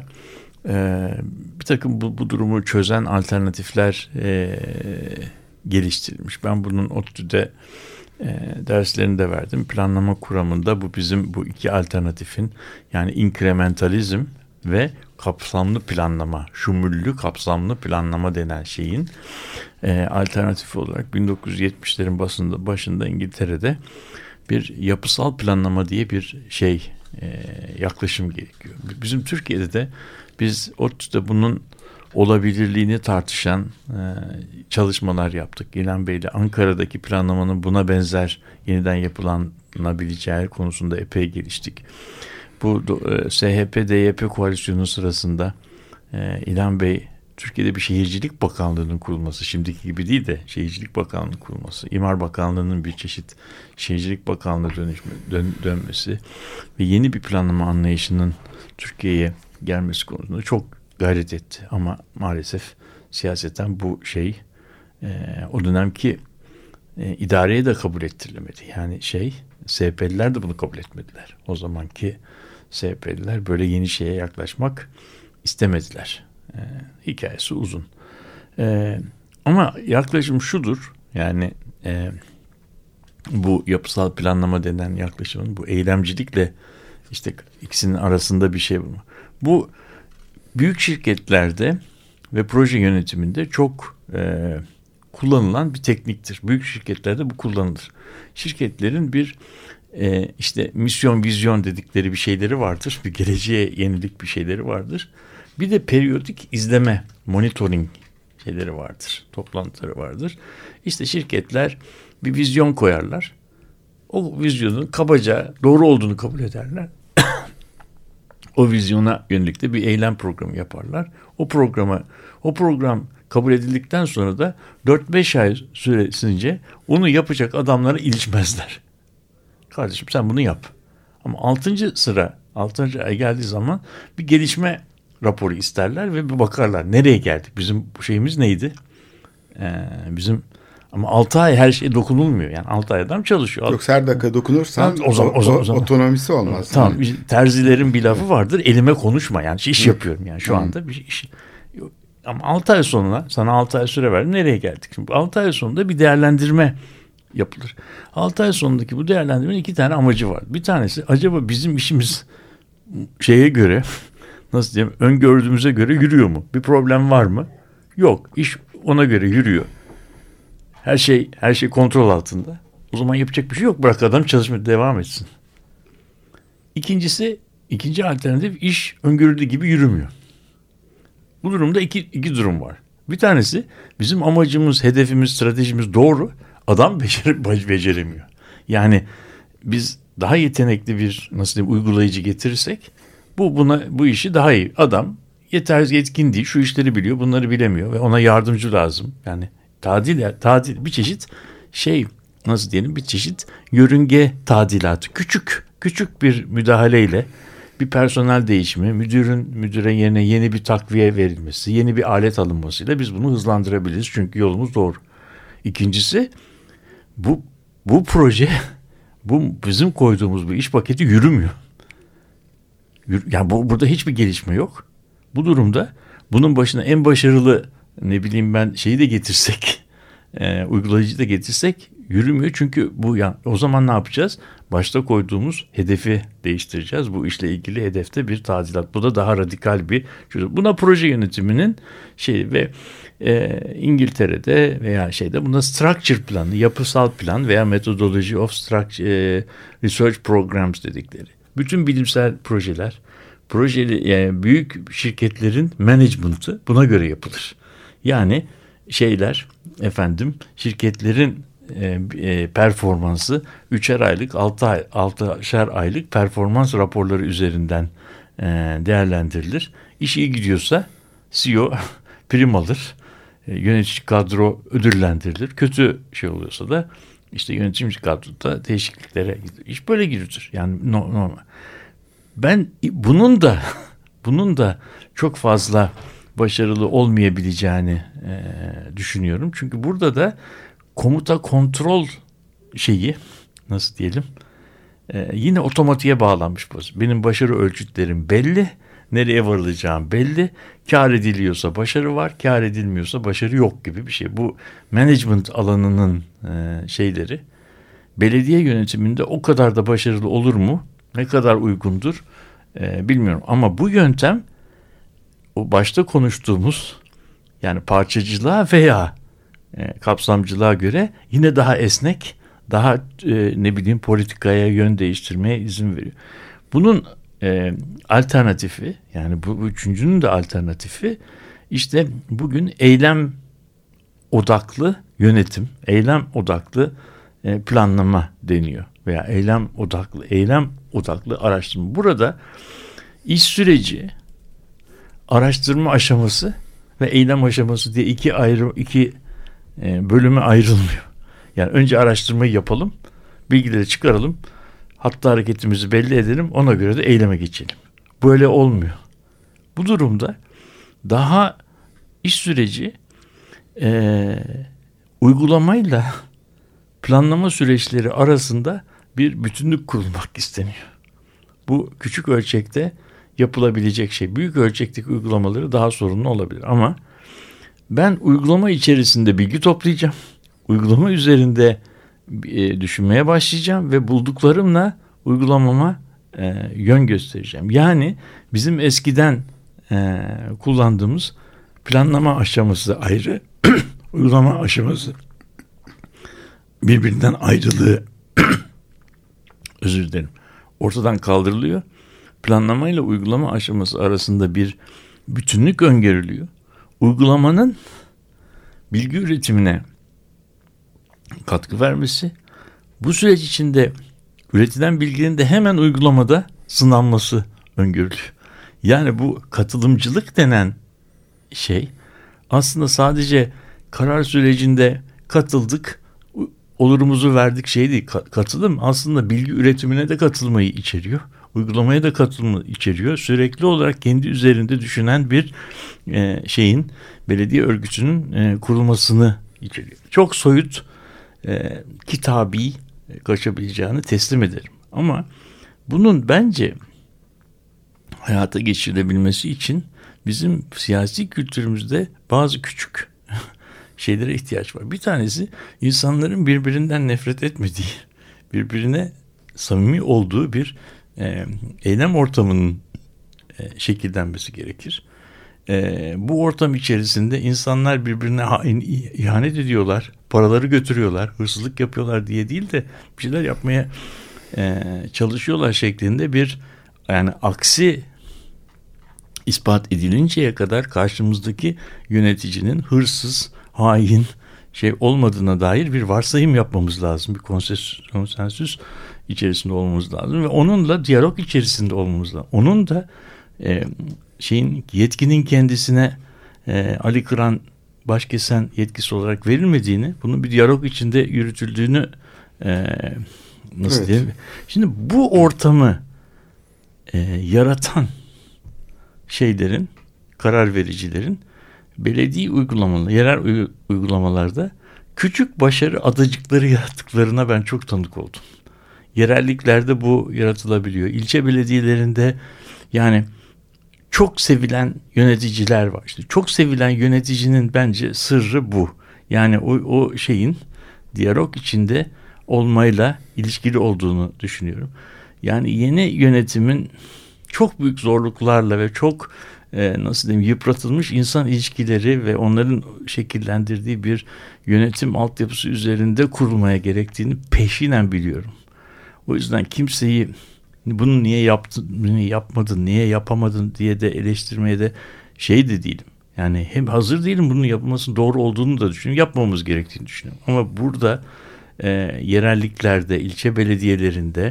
bir takım bu, bu durumu çözen alternatifler geliştirilmiş. Ben bunun ODTÜ'de derslerini de verdim. Planlama kuramında bu bizim bu iki alternatifin yani inkrementalizm ve kapsamlı planlama, şumullü kapsamlı planlama denen şeyin e, alternatifi olarak bin dokuz yüz yetmişlerin basında, başında İngiltere'de bir yapısal planlama diye bir şey e, yaklaşım gerekiyor. Bizim Türkiye'de de biz ODTÜ'de bunun olabilirliğini tartışan e, çalışmalar yaptık. İlhan Bey'le Ankara'daki planlamanın buna benzer yeniden yapılanabileceği konusunda epey geliştik. Bu e, S H P D Y P koalisyonu sırasında e, İlhan Bey Türkiye'de bir şehircilik bakanlığının kurulması, şimdiki gibi değil de şehircilik bakanlığının kurulması, İmar Bakanlığı'nın bir çeşit şehircilik bakanlığı dönüşme, dön, dönmesi ve yeni bir planlama anlayışının Türkiye'ye gelmesi konusunda çok gayret etti. Ama maalesef siyaseten bu şey e, o dönemki e, idareye de kabul ettirilemedi. Yani şey S H P'liler de bunu kabul etmediler. O zamanki S H P'liler böyle yeni şeye yaklaşmak istemediler. Ee, hikayesi uzun. Ee, ama yaklaşım şudur. Yani e, bu yapısal planlama denen yaklaşımın bu eylemcilikle işte ikisinin arasında bir şey bu. Bu büyük şirketlerde ve proje yönetiminde çok e, kullanılan bir tekniktir. Büyük şirketlerde bu kullanılır. Şirketlerin bir e, işte misyon, vizyon dedikleri bir şeyleri vardır. Bir geleceğe yenilik bir şeyleri vardır. Bir de periyodik izleme, monitoring şeyleri vardır. Toplantıları vardır. İşte şirketler bir vizyon koyarlar. O vizyonun kabaca doğru olduğunu kabul ederler. O vizyona yönelik de bir eylem programı yaparlar. O programa, o program kabul edildikten sonra da dört beş ay süresince onu yapacak adamlara ilişmezler. Kardeşim sen bunu yap. Ama altıncı sıra, altıncı ay geldiği zaman bir gelişme raporu isterler ve bir bakarlar. Nereye geldik? Bizim şeyimiz neydi? Ee, bizim ama altı ay her şeye dokunulmuyor. Yani altı ay adam çalışıyor. Yoksa her dakika dokunursan o, zaman, o, zaman, o zaman otonomisi olmaz. Tamam. Yani. Terzilerin bir lafı vardır. Elime konuşma. Yani iş yapıyorum yani şu anda bir iş. Ama altı ay sonra sana altı ay süre verdim. Nereye geldik? Şimdi altı ay sonunda bir değerlendirme yapılır. altı ay sonundaki bu değerlendirmenin iki tane amacı var. Bir tanesi acaba bizim işimiz şeye göre nasıl diyeyim öngördüğümüze göre yürüyor mu? Bir problem var mı? Yok. İş ona göre yürüyor. Her şey her şey kontrol altında. O zaman yapacak bir şey yok. Bırak adam çalışmaya devam etsin. İkincisi, ikinci alternatif iş öngörüldüğü gibi yürümüyor. Bu durumda iki, iki durum var. Bir tanesi bizim amacımız, hedefimiz, stratejimiz doğru. Adam becer, beceremiyor. Yani biz daha yetenekli bir nasıl diyeyim uygulayıcı getirirsek bu buna bu işi daha iyi. Adam yeterli yetkin değil. Şu işleri biliyor, bunları bilemiyor ve ona yardımcı lazım. Yani tadil tadil bir çeşit şey nasıl diyelim bir çeşit yörünge tadilatı, küçük küçük bir müdahaleyle bir personel değişimi, müdürün müdüre yerine yeni bir takviye verilmesi, yeni bir alet alınmasıyla biz bunu hızlandırabiliriz. Çünkü yolumuz doğru. İkincisi bu bu proje, bu bizim koyduğumuz bu iş paketi yürümüyor. Yani bu, burada hiçbir gelişme yok. Bu durumda bunun başına en başarılı ne bileyim ben şeyi de getirsek, e, uygulayıcı da getirsek yürümüyor. Çünkü bu ya o zaman ne yapacağız? Başta koyduğumuz hedefi değiştireceğiz. Bu işle ilgili hedefte bir tadilat. Bu da daha radikal bir çözüm. Buna proje yönetiminin şey ve e, İngiltere'de veya şeyde buna structure planı, yapısal plan veya methodology of structure, e, research programs dedikleri. Bütün bilimsel projeler, projeli yani büyük şirketlerin management'ı buna göre yapılır. Yani şeyler efendim şirketlerin e, e, performansı üçer aylık, altı ay, altışar aylık performans raporları üzerinden e, değerlendirilir. İş iyi gidiyorsa C E O prim alır, e, yönetici kadro ödüllendirilir. Kötü şey oluyorsa da işte yönetimci kadroda değişikliklere gidiyor. İş böyle gidiyor. Yani normal. Ben bunun da bunun da çok fazla başarılı olmayabileceğini e, düşünüyorum. Çünkü burada da komuta kontrol şeyi nasıl diyelim e, yine otomatiğe bağlanmış. Benim başarı ölçütlerim belli. Nereye varılacağım belli. Kâr ediliyorsa başarı var. Kâr edilmiyorsa başarı yok gibi bir şey. Bu management alanının e, şeyleri belediye yönetiminde o kadar da başarılı olur mu? Ne kadar uygundur e, bilmiyorum. Ama bu yöntem o başta konuştuğumuz yani parçacılığa veya e, kapsamcılığa göre yine daha esnek, daha e, ne bileyim politikaya yön değiştirmeye izin veriyor. Bunun e, alternatifi yani bu, bu üçüncünün de alternatifi işte bugün eylem odaklı yönetim, eylem odaklı e, planlama deniyor veya eylem odaklı, eylem odaklı araştırma. Burada iş süreci, araştırma aşaması ve eylem aşaması diye iki ayrı iki e, bölüme ayrılmıyor. Yani önce araştırmayı yapalım, bilgileri çıkaralım, hatta hareketimizi belli edelim, ona göre de eyleme geçelim. Böyle olmuyor. Bu durumda daha iş süreci e, uygulamayla planlama süreçleri arasında bir bütünlük kurulmak isteniyor. Bu küçük ölçekte yapılabilecek şey. Büyük ölçekteki uygulamaları daha sorunlu olabilir. Ama ben uygulama içerisinde bilgi toplayacağım. Uygulama üzerinde e, düşünmeye başlayacağım ve bulduklarımla uygulamama e, yön göstereceğim. Yani bizim eskiden e, kullandığımız planlama aşaması ayrı, uygulama aşaması birbirinden ayrılığı özür dilerim ortadan kaldırılıyor. Planlama ile uygulama aşaması arasında bir bütünlük öngörülüyor. Uygulamanın bilgi üretimine katkı vermesi, bu süreç içinde üretilen bilginin de hemen uygulamada sınanması öngörülüyor. Yani bu katılımcılık denen şey aslında sadece karar sürecinde katıldık, olurumuzu verdik şey değil. Katılım aslında bilgi üretimine de katılmayı içeriyor. Uygulamaya da katılımı içeriyor. Sürekli olarak kendi üzerinde düşünen bir e, şeyin, belediye örgütünün e, kurulmasını içeriyor. Çok soyut, e, kitabi e, kaçabileceğini teslim ederim. Ama bunun bence hayata geçirilebilmesi için bizim siyasi kültürümüzde bazı küçük şeylere ihtiyaç var. Bir tanesi insanların birbirinden nefret etmediği, birbirine samimi olduğu bir e, eylem ortamının e, şekillenmesi gerekir. E, bu ortam içerisinde insanlar birbirine hain, ihanet ediyorlar, paraları götürüyorlar, hırsızlık yapıyorlar diye değil de bir şeyler yapmaya e, çalışıyorlar şeklinde bir yani aksi ispat edilinceye kadar karşımızdaki yöneticinin hırsız, hain şey olmadığına dair bir varsayım yapmamız lazım. Bir konsensüs içerisinde olmamız lazım ve onunla diyalog içerisinde olmamız lazım. Onun da e, şeyin yetkinin kendisine e, Ali Kıran Başkesen yetkisi olarak verilmediğini, bunun bir diyalog içinde yürütüldüğünü e, nasıl Evet. diyeyim? Şimdi bu ortamı e, yaratan şeylerin, karar vericilerin belediye uygulamaları, yerel uy- uygulamalarda küçük başarı adacıkları yarattıklarına ben çok tanık oldum. Yerelliklerde bu yaratılabiliyor. İlçe belediyelerinde yani çok sevilen yöneticiler var. İşte çok sevilen yöneticinin bence sırrı bu. Yani o, o şeyin diyalog içinde olmayla ilişkili olduğunu düşünüyorum. Yani yeni yönetimin çok büyük zorluklarla ve çok e, nasıl diyeyim yıpratılmış insan ilişkileri ve onların şekillendirdiği bir yönetim altyapısı üzerinde kurulmaya gerektiğini peşinen biliyorum. O yüzden kimseyi bunu niye yaptın, niye yapmadın, niye yapamadın diye de eleştirmeye de şey de değilim. Yani hem hazır değilim bunun yapılmasının doğru olduğunu da düşünüyorum. Yapmamız gerektiğini düşünüyorum. Ama burada e, yerelliklerde, ilçe belediyelerinde,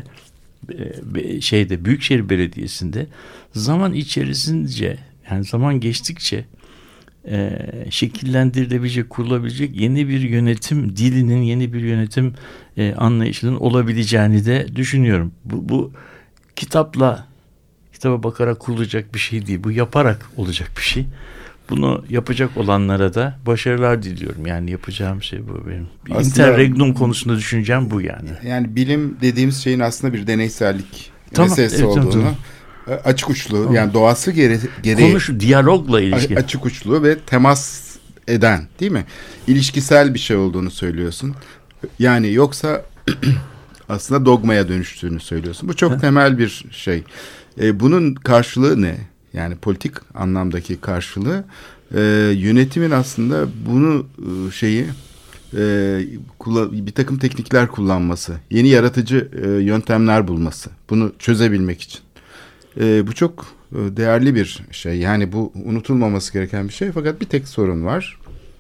e, şeyde Büyükşehir Belediyesi'nde zaman içerisince yani zaman geçtikçe e, şekillendirilebilecek, kurulabilecek yeni bir yönetim dilinin, yeni bir yönetim e, anlayışının olabileceğini de düşünüyorum. Bu, bu kitapla, kitaba bakarak kurulacak bir şey değil. Bu yaparak olacak bir şey. Bunu yapacak olanlara da başarılar diliyorum. Yani yapacağım şey bu benim. Aslında, Interregnum konusunda düşüneceğim bu yani. Yani bilim dediğimiz şeyin aslında bir deneysellik Tamam, meselesi evet, olduğunu, tamam. açık uçlu Tamam. yani doğası gere, gereği Konuş, diyalogla ilişki. açık uçlu ve temas eden, değil mi? İlişkisel bir şey olduğunu söylüyorsun. Yani yoksa aslında dogmaya dönüştüğünü söylüyorsun. Bu çok Ha. temel bir şey. E, bunun karşılığı ne? Yani politik anlamdaki karşılığı e, yönetimin aslında bunu e, şeyi e, kullan- bir takım teknikler kullanması, yeni yaratıcı e, yöntemler bulması, bunu çözebilmek için. E, bu çok e, değerli bir şey. Yani bu unutulmaması gereken bir şey. Fakat bir tek sorun var.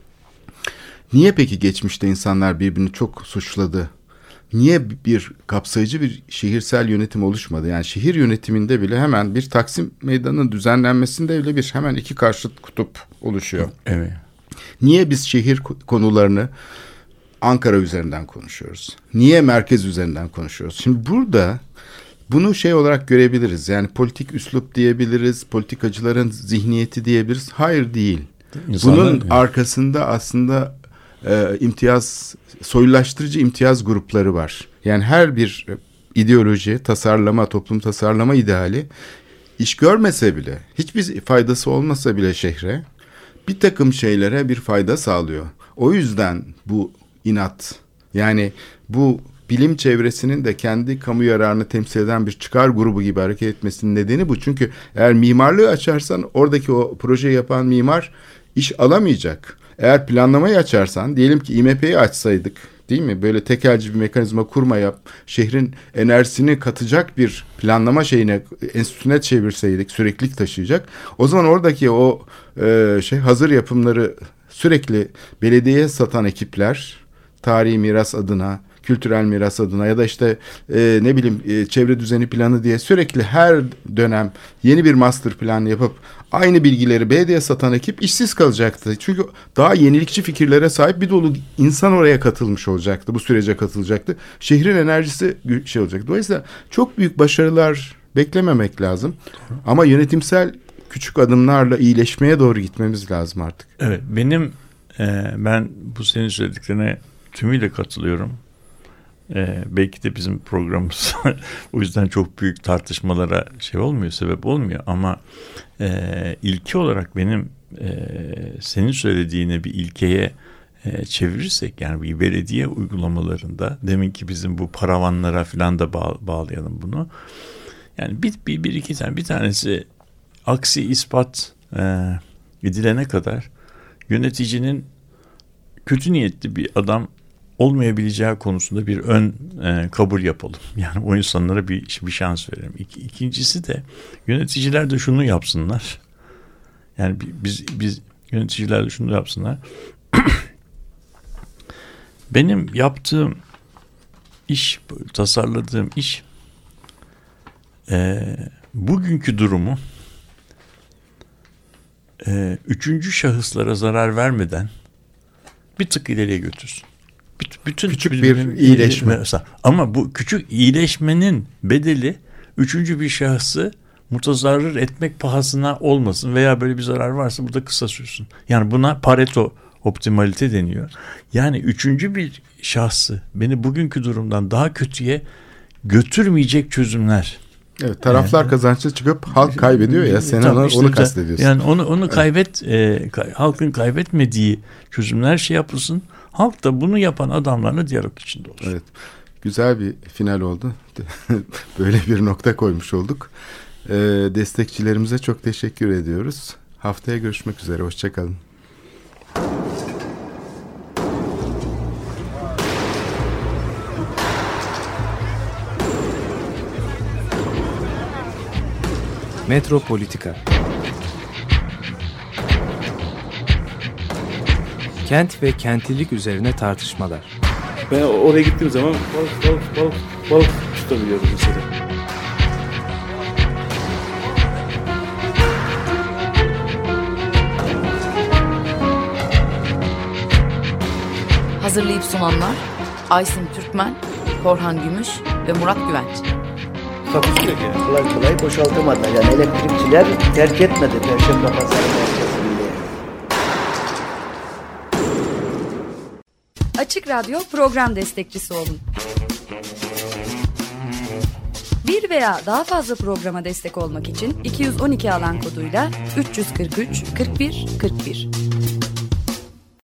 Niye peki geçmişte insanlar birbirini çok suçladı? Niye bir kapsayıcı bir şehirsel yönetim oluşmadı? Yani şehir yönetiminde bile hemen bir Taksim Meydanı'nın düzenlenmesinde bile bir hemen iki karşıt kutup oluşuyor. Evet. Niye biz şehir konularını Ankara üzerinden konuşuyoruz? Niye merkez üzerinden konuşuyoruz? Şimdi burada bunu şey olarak görebiliriz. Yani politik üslup diyebiliriz, politikacıların zihniyeti diyebiliriz. Hayır değil. İnsanlar, Bunun yani. arkasında aslında e, imtiyaz, soylulaştırıcı imtiyaz grupları var. Yani her bir ideoloji, tasarlama, toplum tasarlama ideali iş görmese bile, hiçbir faydası olmasa bile şehre bir takım şeylere bir fayda sağlıyor. O yüzden bu inat, yani bu bilim çevresinin de kendi kamu yararını temsil eden bir çıkar grubu gibi hareket etmesinin nedeni bu. Çünkü eğer mimarlığı açarsan oradaki o projeyi yapan mimar iş alamayacak. Eğer planlamayı açarsan, diyelim ki İ M P'yi açsaydık, değil mi? Böyle tekelci bir mekanizma kurma yap, şehrin enerjisini katacak bir planlama şeyine, enstitüsüne çevirseydik, süreklilik taşıyacak. O zaman oradaki o e, şey hazır yapımları sürekli belediyeye satan ekipler, tarihi miras adına, kültürel miras adına ya da işte e, ne bileyim e, çevre düzeni planı diye sürekli her dönem yeni bir master plan yapıp aynı bilgileri belediyeye satan ekip işsiz kalacaktı. Çünkü daha yenilikçi fikirlere sahip bir dolu insan oraya katılmış olacaktı. Bu sürece katılacaktı. Şehrin enerjisi şey olacak. Dolayısıyla çok büyük başarılar beklememek lazım. Ama yönetimsel küçük adımlarla iyileşmeye doğru gitmemiz lazım artık. Evet, benim e, ben bu senin söylediklerine tümüyle katılıyorum. Ee, belki de bizim programımız o yüzden çok büyük tartışmalara şey olmuyor, sebep olmuyor ama e, ilke olarak benim e, senin söylediğini bir ilkeye e, çevirirsek, yani bir belediye uygulamalarında deminki bizim bu paravanlara falan da bağ, bağlayalım bunu. Yani bir, bir, bir iki tane bir tanesi aksi ispat e, edilene kadar yöneticinin kötü niyetli bir adam olmayabileceği konusunda bir ön e, kabul yapalım. Yani o insanlara bir, bir şans verelim. İki, ikincisi de yöneticiler de şunu yapsınlar. Yani biz biz yöneticiler de şunu yapsınlar. Benim yaptığım iş, tasarladığım iş e, bugünkü durumu e, üçüncü şahıslara zarar vermeden bir tık ileriye götürsün. Bir, bütün küçük bir birbirinin iyileşme. Mesela. Ama bu küçük iyileşmenin bedeli üçüncü bir şahsı mutazarrır etmek pahasına olmasın veya böyle bir zarar varsa burada kısa sürsün. Yani buna Pareto optimalite deniyor. Yani üçüncü bir şahsı beni bugünkü durumdan daha kötüye götürmeyecek çözümler. Evet, taraflar yani, kazançlı çıkıp halk kaybediyor ya, sen onu, işte onu kastediyorsun. Yani onu onu kaybet e, halkın kaybetmediği çözümler şey yapılsın. Halk da bunu yapan adamlarla diyalog içinde olsun. Evet. Güzel bir final oldu. Böyle bir nokta koymuş olduk. Ee, destekçilerimize çok teşekkür ediyoruz. Haftaya görüşmek üzere. Hoşçakalın. Metropolitika. Kent ve kentlilik üzerine tartışmalar. Ben oraya gittiğim zaman balık balık balık balık tutabiliyordum mesela. Hazırlayıp sunanlar Aysin Türkmen, Korhan Gümüş ve Murat Güvenç. Takusu yok yani. Kolay kolay boşaltamadılar. Yani elektrikçiler terk etmedi Perşembe Pazarı merkezini. Açık Radyo program destekçisi olun. Bir veya daha fazla programa destek olmak için iki yüz on iki alan koduyla üç yüz kırk üç kırk bir kırk bir.